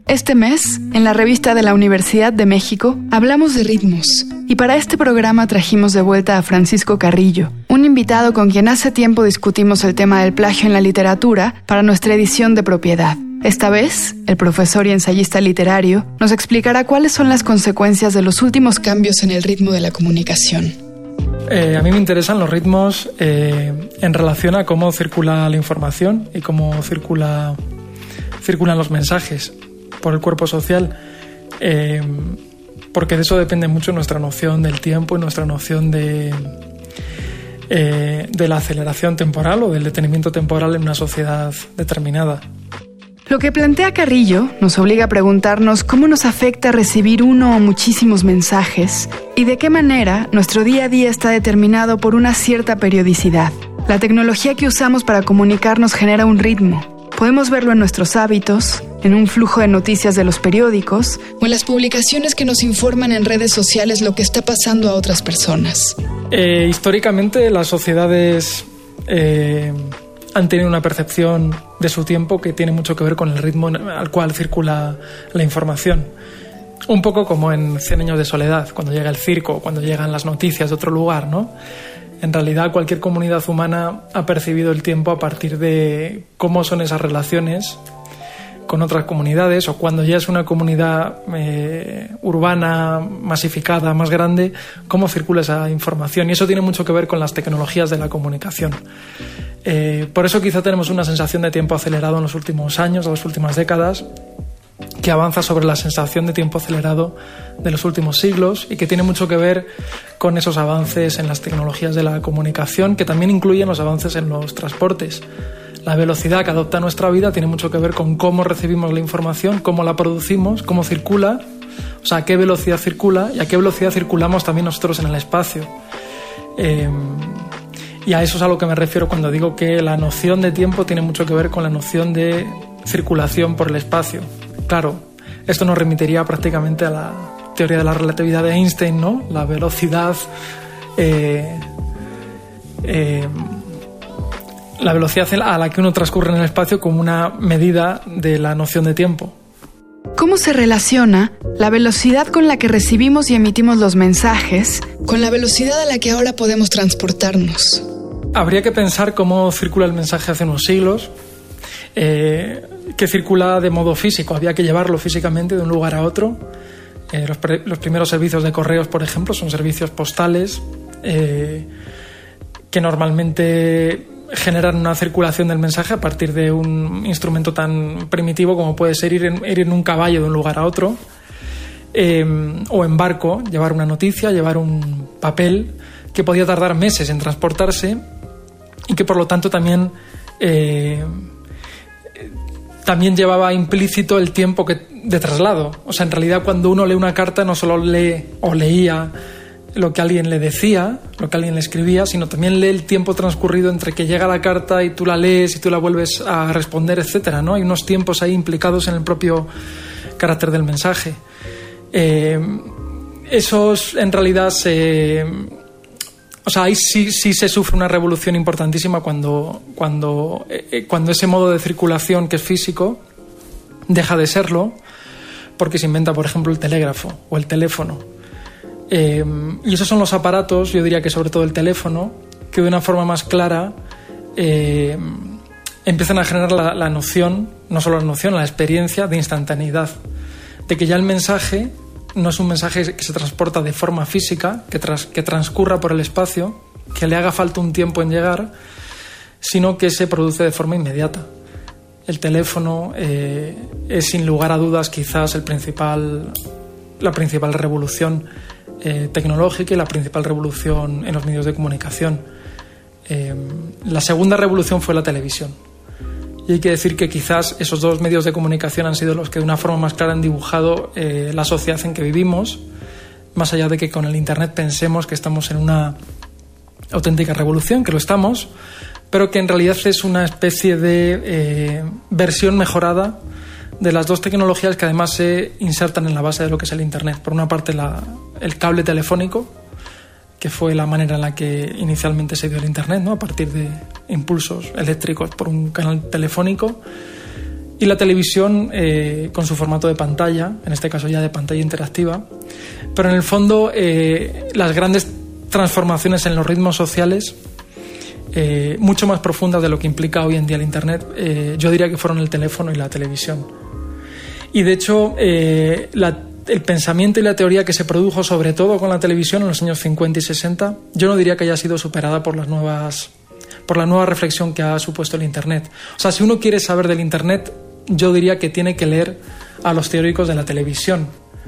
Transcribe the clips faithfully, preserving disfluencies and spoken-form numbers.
Este mes, en la revista de la Universidad de México, hablamos de ritmos. Y para este programa trajimos de vuelta a Francisco Carrillo, un invitado con quien hace tiempo discutimos el tema del plagio en la literatura para nuestra edición de Propiedad. Esta vez, el profesor y ensayista literario nos explicará cuáles son las consecuencias de los últimos cambios en el ritmo de la comunicación. Eh, a mí me interesan los ritmos eh, en relación a cómo circula la información y cómo circula, circulan los mensajes por el cuerpo social, eh, porque de eso depende mucho nuestra noción del tiempo y nuestra noción de, eh, de la aceleración temporal o del detenimiento temporal en una sociedad determinada. Lo que plantea Carrillo nos obliga a preguntarnos cómo nos afecta recibir uno o muchísimos mensajes y de qué manera nuestro día a día está determinado por una cierta periodicidad. La tecnología que usamos para comunicarnos genera un ritmo. Podemos verlo en nuestros hábitos, en un flujo de noticias de los periódicos o en las publicaciones que nos informan en redes sociales lo que está pasando a otras personas. Eh, históricamente las sociedades eh, han tenido una percepción de su tiempo que tiene mucho que ver con el ritmo al cual circula la información. Un poco como en Cien años de soledad, cuando llega el circo, cuando llegan las noticias de otro lugar, ¿no? En realidad, cualquier comunidad humana ha percibido el tiempo a partir de cómo son esas relaciones con otras comunidades, o cuando ya es una comunidad eh, urbana, masificada, más grande, cómo circula esa información. Y eso tiene mucho que ver con las tecnologías de la comunicación. Eh, por eso quizá tenemos una sensación de tiempo acelerado en los últimos años, en las últimas décadas, que avanza sobre la sensación de tiempo acelerado de los últimos siglos y que tiene mucho que ver con esos avances en las tecnologías de la comunicación, que también incluyen los avances en los transportes. La velocidad que adopta nuestra vida tiene mucho que ver con cómo recibimos la información, cómo la producimos, cómo circula, o sea, a qué velocidad circula y a qué velocidad circulamos también nosotros en el espacio. Eh, y a eso es a lo que me refiero cuando digo que la noción de tiempo tiene mucho que ver con la noción de circulación por el espacio. Claro, esto nos remitiría prácticamente a la teoría de la relatividad de Einstein, ¿no? La velocidad, eh, eh, la velocidad a la que uno transcurre en el espacio como una medida de la noción de tiempo. ¿Cómo se relaciona la velocidad con la que recibimos y emitimos los mensajes con la velocidad a la que ahora podemos transportarnos? Habría que pensar cómo circula el mensaje hace unos siglos. Eh, que circula de modo físico, había que llevarlo físicamente de un lugar a otro. Eh, los, pre- los primeros servicios de correos, por ejemplo, son servicios postales eh, que normalmente generan una circulación del mensaje a partir de un instrumento tan primitivo como puede ser ir en, ir en un caballo de un lugar a otro, eh, o en barco, llevar una noticia, llevar un papel que podía tardar meses en transportarse y que por lo tanto también eh, también llevaba implícito el tiempo que, de traslado. O sea, en realidad cuando uno lee una carta no solo lee o leía lo que alguien le decía, lo que alguien le escribía, sino también lee el tiempo transcurrido entre que llega la carta y tú la lees y tú la vuelves a responder, etcétera, ¿no? Hay unos tiempos ahí implicados en el propio carácter del mensaje. Eh, esos en realidad se... O sea, ahí sí, sí se sufre una revolución importantísima cuando, cuando, eh, cuando ese modo de circulación que es físico deja de serlo, porque se inventa, por ejemplo, el telégrafo o el teléfono. Eh, y esos son los aparatos, yo diría que sobre todo el teléfono, que de una forma más clara eh, empiezan a generar la, la noción, no solo la noción, la experiencia de instantaneidad, de que ya el mensaje no es un mensaje que se transporta de forma física, que, tras, que transcurra por el espacio, que le haga falta un tiempo en llegar, sino que se produce de forma inmediata. El teléfono eh, es sin lugar a dudas quizás el principal, la principal revolución eh, tecnológica y la principal revolución en los medios de comunicación. Eh, la segunda revolución fue la televisión. Y hay que decir que quizás esos dos medios de comunicación han sido los que de una forma más clara han dibujado eh, la sociedad en que vivimos, más allá de que con el Internet pensemos que estamos en una auténtica revolución, que lo estamos, pero que en realidad es una especie de eh, versión mejorada de las dos tecnologías que además se insertan en la base de lo que es el Internet. Por una parte la, el cable telefónico, que fue la manera en la que inicialmente se dio el Internet, ¿no? A partir de impulsos eléctricos por un canal telefónico, y la televisión eh, con su formato de pantalla, en este caso ya de pantalla interactiva. Pero en el fondo eh, las grandes transformaciones en los ritmos sociales, eh, mucho más profundas de lo que implica hoy en día el Internet, eh, yo diría que fueron el teléfono y la televisión. Y de hecho eh, la, el pensamiento y la teoría que se produjo sobre todo con la televisión en los años cincuenta y sesenta, yo no diría que haya sido superada por las nuevas, por la nueva reflexión que ha supuesto el Internet. O sea, si uno quiere saber del Internet, yo diría que tiene que leer a los teóricos de la televisión,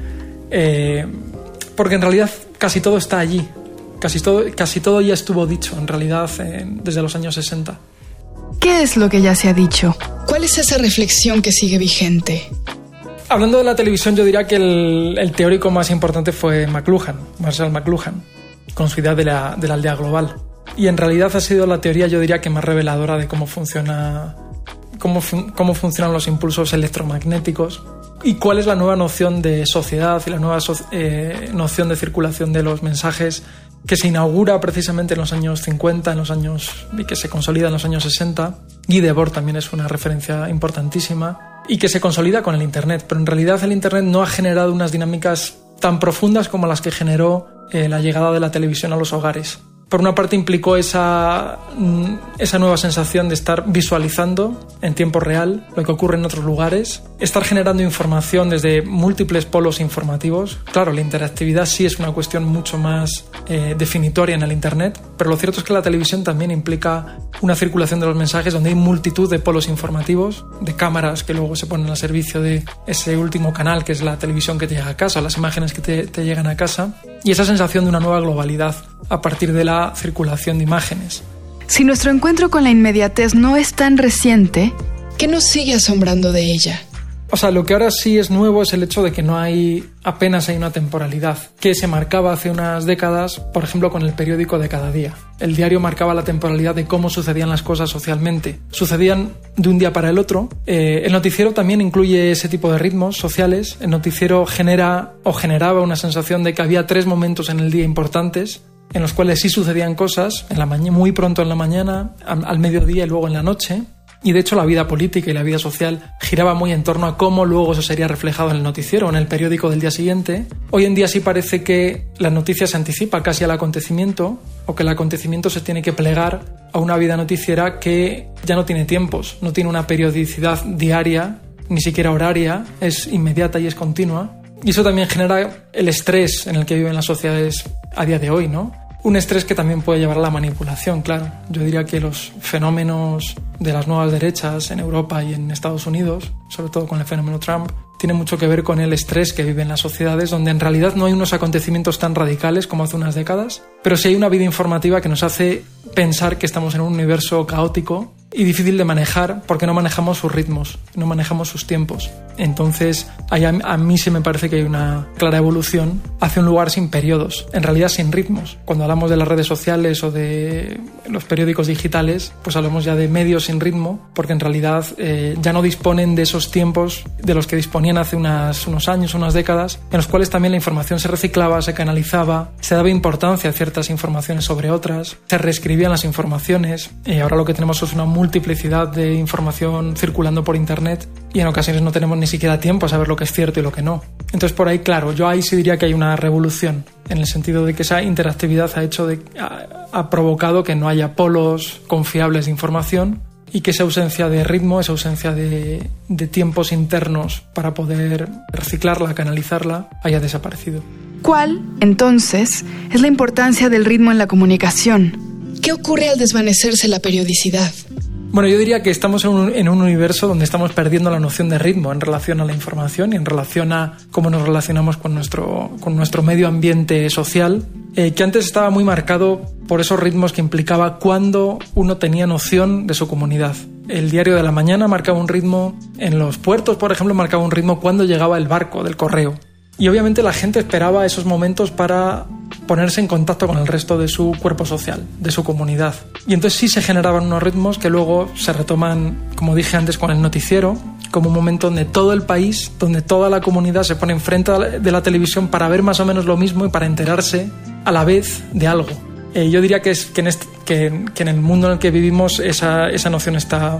eh, porque en realidad casi todo está allí. Casi todo, casi todo ya estuvo dicho, en realidad, eh, desde los años sesenta. ¿Qué es lo que ya se ha dicho? ¿Cuál es esa reflexión que sigue vigente? Hablando de la televisión, yo diría que el, el teórico más importante fue McLuhan, Marshall McLuhan, con su idea de la, de la aldea global. Y en realidad ha sido la teoría, yo diría, que más reveladora de cómo funciona, cómo, fun, cómo funcionan los impulsos electromagnéticos y cuál es la nueva noción de sociedad y la nueva so, eh, noción de circulación de los mensajes que se inaugura precisamente en los años cincuenta, en los años, y que se consolida en los años sesenta. Guy Debord también es una referencia importantísima y que se consolida con el Internet. Pero en realidad el Internet no ha generado unas dinámicas tan profundas como las que generó eh, la llegada de la televisión a los hogares. Por una parte implicó esa, esa nueva sensación de estar visualizando en tiempo real lo que ocurre en otros lugares, estar generando información desde múltiples polos informativos. Claro, la interactividad sí es una cuestión mucho más eh, definitoria en el Internet, pero lo cierto es que la televisión también implica una circulación de los mensajes donde hay multitud de polos informativos, de cámaras que luego se ponen al servicio de ese último canal que es la televisión que te llega a casa, las imágenes que te, te llegan a casa, y esa sensación de una nueva globalidad a partir de la circulación de imágenes. Si nuestro encuentro con la inmediatez no es tan reciente, ¿qué nos sigue asombrando de ella? O sea, lo que ahora sí es nuevo es el hecho de que no hay, apenas hay una temporalidad, que se marcaba hace unas décadas, por ejemplo, con el periódico de cada día. El diario marcaba la temporalidad de cómo sucedían las cosas socialmente. Sucedían de un día para el otro. Eh, el noticiero también incluye ese tipo de ritmos sociales. El noticiero genera o generaba una sensación de que había tres momentos en el día importantes, en los cuales sí sucedían cosas, en la ma- muy pronto en la mañana, al, al mediodía y luego en la noche. Y de hecho la vida política y la vida social giraba muy en torno a cómo luego eso sería reflejado en el noticiero o en el periódico del día siguiente. Hoy en día sí parece que la noticia se anticipa casi al acontecimiento, o que el acontecimiento se tiene que plegar a una vida noticiera que ya no tiene tiempos, no tiene una periodicidad diaria, ni siquiera horaria, es inmediata y es continua. Y eso también genera el estrés en el que viven las sociedades a día de hoy, ¿no? Un estrés que también puede llevar a la manipulación, claro. Yo diría que los fenómenos de las nuevas derechas en Europa y en Estados Unidos, sobre todo con el fenómeno Trump, tiene mucho que ver con el estrés que viven las sociedades, donde en realidad no hay unos acontecimientos tan radicales como hace unas décadas, pero sí hay una vida informativa que nos hace pensar que estamos en un universo caótico y difícil de manejar porque no manejamos sus ritmos, no manejamos sus tiempos. Entonces, ahí a, a mí sí me parece que hay una clara evolución hacia un lugar sin periodos, en realidad sin ritmos. Cuando hablamos de las redes sociales o de los periódicos digitales, pues hablamos ya de medios sin ritmo, porque en realidad eh, ya no disponen de esos tiempos de los que disponían hace unas, unos años, unas décadas, en los cuales también la información se reciclaba, se canalizaba, se daba importancia a ciertas informaciones sobre otras, se reescribían las informaciones. Y ahora lo que tenemos es una multiplicidad de información circulando por Internet y en ocasiones no tenemos ni siquiera tiempo a saber lo que es cierto y lo que no. Entonces, por ahí, claro, yo ahí sí diría que hay una revolución, en el sentido de que esa interactividad ha hecho de, ha, ha provocado que no haya polos confiables de información y que esa ausencia de ritmo, esa ausencia de, de tiempos internos para poder reciclarla, canalizarla, haya desaparecido. ¿Cuál, entonces, es la importancia del ritmo en la comunicación? ¿Qué ocurre al desvanecerse la periodicidad? Bueno, yo diría que estamos en un, en un universo donde estamos perdiendo la noción de ritmo en relación a la información y en relación a cómo nos relacionamos con nuestro, con nuestro medio ambiente social, eh, que antes estaba muy marcado por esos ritmos que implicaba cuándo uno tenía noción de su comunidad. El diario de la mañana marcaba un ritmo, en los puertos, por ejemplo, marcaba un ritmo cuando llegaba el barco del correo. Y obviamente la gente esperaba esos momentos para ponerse en contacto con el resto de su cuerpo social, de su comunidad. Y entonces sí se generaban unos ritmos que luego se retoman, como dije antes, con el noticiero, como un momento donde todo el país, donde toda la comunidad se pone enfrente de la televisión para ver más o menos lo mismo y para enterarse a la vez de algo. Eh, yo diría que, es, que, en este, que, que en el mundo en el que vivimos esa, esa noción está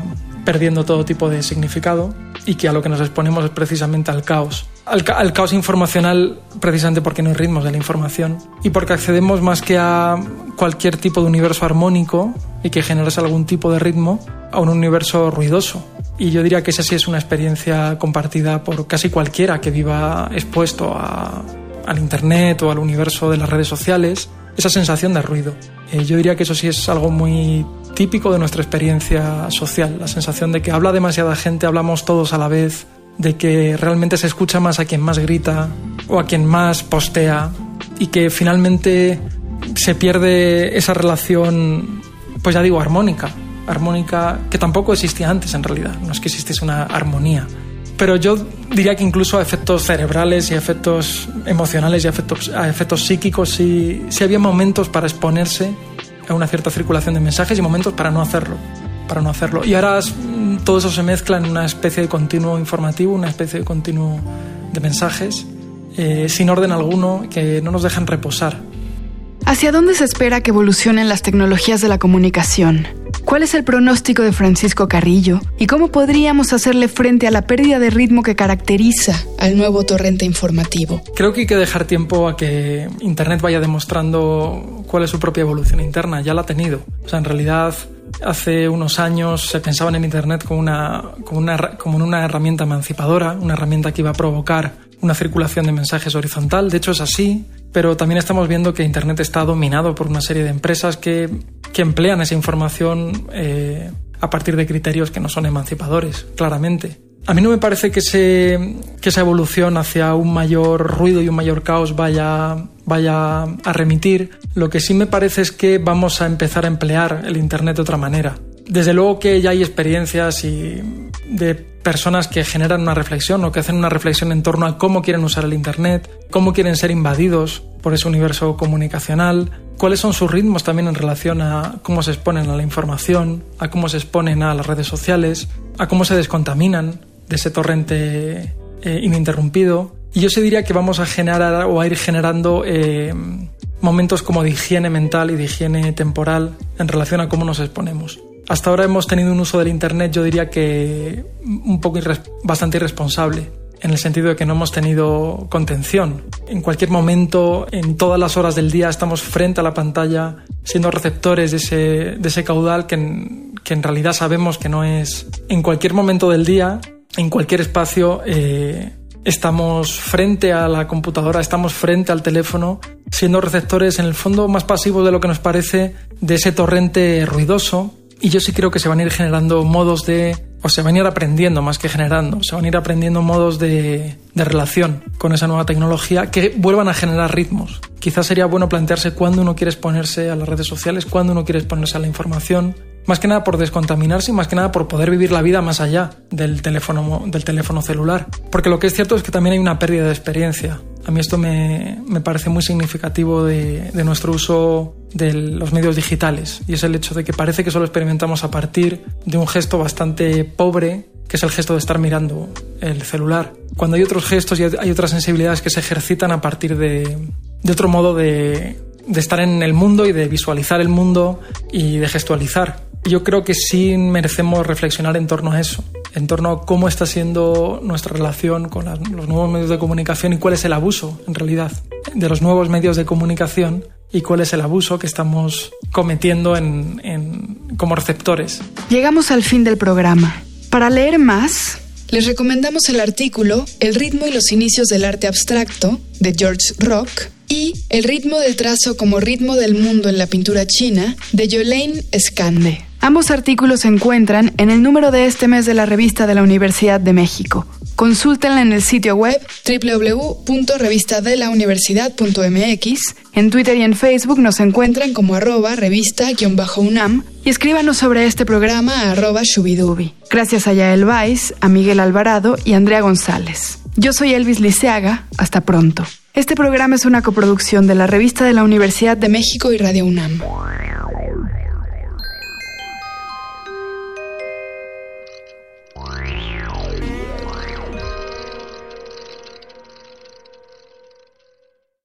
perdiendo todo tipo de significado y que a lo que nos exponemos es precisamente al caos. Al, ca- al caos informacional precisamente porque no hay ritmos de la información y porque accedemos más que a cualquier tipo de universo armónico y que generase algún tipo de ritmo a un universo ruidoso. Y yo diría que esa sí es una experiencia compartida por casi cualquiera que viva expuesto a, al internet o al universo de las redes sociales, esa sensación de ruido. Eh, yo diría que eso sí es algo muy típico de nuestra experiencia social, la sensación de que habla demasiada gente, hablamos todos a la vez, de que realmente se escucha más a quien más grita o a quien más postea y que finalmente se pierde esa relación, pues ya digo, armónica, armónica que tampoco existía antes en realidad, no es que existiese una armonía. Pero yo diría que incluso a efectos cerebrales y a efectos emocionales y a efectos, a efectos psíquicos sí, sí había momentos para exponerse a una cierta circulación de mensajes y momentos para no hacerlo. para no hacerlo. Y ahora todo eso se mezcla en una especie de continuo informativo, una especie de continuo de mensajes, eh, sin orden alguno, que no nos dejan reposar. ¿Hacia dónde se espera que evolucionen las tecnologías de la comunicación? ¿Cuál es el pronóstico de Francisco Carrillo? ¿Y cómo podríamos hacerle frente a la pérdida de ritmo que caracteriza al nuevo torrente informativo? Creo que hay que dejar tiempo a que Internet vaya demostrando cuál es su propia evolución interna. Ya la ha tenido. O sea, en realidad, hace unos años se pensaba en Internet como una, como una, como una herramienta emancipadora, una herramienta que iba a provocar una circulación de mensajes horizontal. De hecho, es así. Pero también estamos viendo que Internet está dominado por una serie de empresas que, que emplean esa información eh, a partir de criterios que no son emancipadores, claramente. A mí no me parece que, se, que esa evolución hacia un mayor ruido y un mayor caos vaya, vaya a remitir. Lo que sí me parece es que vamos a empezar a emplear el Internet de otra manera. Desde luego que ya hay experiencias y de personas que generan una reflexión o que hacen una reflexión en torno a cómo quieren usar el Internet, cómo quieren ser invadidos por ese universo comunicacional, cuáles son sus ritmos también en relación a cómo se exponen a la información, a cómo se exponen a las redes sociales, a cómo se descontaminan de ese torrente eh, ininterrumpido. Y yo sí diría que vamos a generar o a ir generando eh, momentos como de higiene mental y de higiene temporal en relación a cómo nos exponemos. Hasta ahora hemos tenido un uso del Internet, yo diría que un poco irres- bastante irresponsable, en el sentido de que no hemos tenido contención. En cualquier momento, en todas las horas del día, estamos frente a la pantalla, siendo receptores de ese, de ese caudal que en, que en realidad sabemos que no es. En cualquier momento del día, en cualquier espacio, eh, estamos frente a la computadora, estamos frente al teléfono, siendo receptores, en el fondo, más pasivos de lo que nos parece, de ese torrente ruidoso. Y yo sí creo que se van a ir generando modos de... o se van a ir aprendiendo más que generando, se van a ir aprendiendo modos de, de relación con esa nueva tecnología que vuelvan a generar ritmos. Quizás sería bueno plantearse cuándo uno quiere exponerse a las redes sociales, cuándo uno quiere exponerse a la información, más que nada por descontaminarse y más que nada por poder vivir la vida más allá del teléfono, del teléfono celular. Porque lo que es cierto es que también hay una pérdida de experiencia. A mí esto me, me parece muy significativo de, de nuestro uso de los medios digitales, y es el hecho de que parece que solo experimentamos a partir de un gesto bastante pobre, que es el gesto de estar mirando el celular, cuando hay otros gestos y hay otras sensibilidades que se ejercitan a partir de, de otro modo de, de estar en el mundo y de visualizar el mundo y de gestualizar. Yo creo que sí merecemos reflexionar en torno a eso, en torno a cómo está siendo nuestra relación con las, los nuevos medios de comunicación y cuál es el abuso, en realidad, de los nuevos medios de comunicación y cuál es el abuso que estamos cometiendo en, en, como receptores. Llegamos al fin del programa. Para leer más, les recomendamos el artículo El ritmo y los inicios del arte abstracto, de George Rock, y El ritmo del trazo como ritmo del mundo en la pintura china, de Yolaine Escande. Ambos artículos se encuentran en el número de este mes de la revista de la Universidad de México. Consúltenla en el sitio web doble u doble u doble u punto revista de la universidad punto m x. En Twitter y en Facebook nos encuentran como arroba revista-unam y escríbanos sobre este programa a arroba shubidubi. Gracias a Yael Weiss, a Miguel Alvarado y a Andrea González. Yo soy Elvis Liceaga. Hasta pronto. Este programa es una coproducción de la Revista de la Universidad de México y Radio UNAM.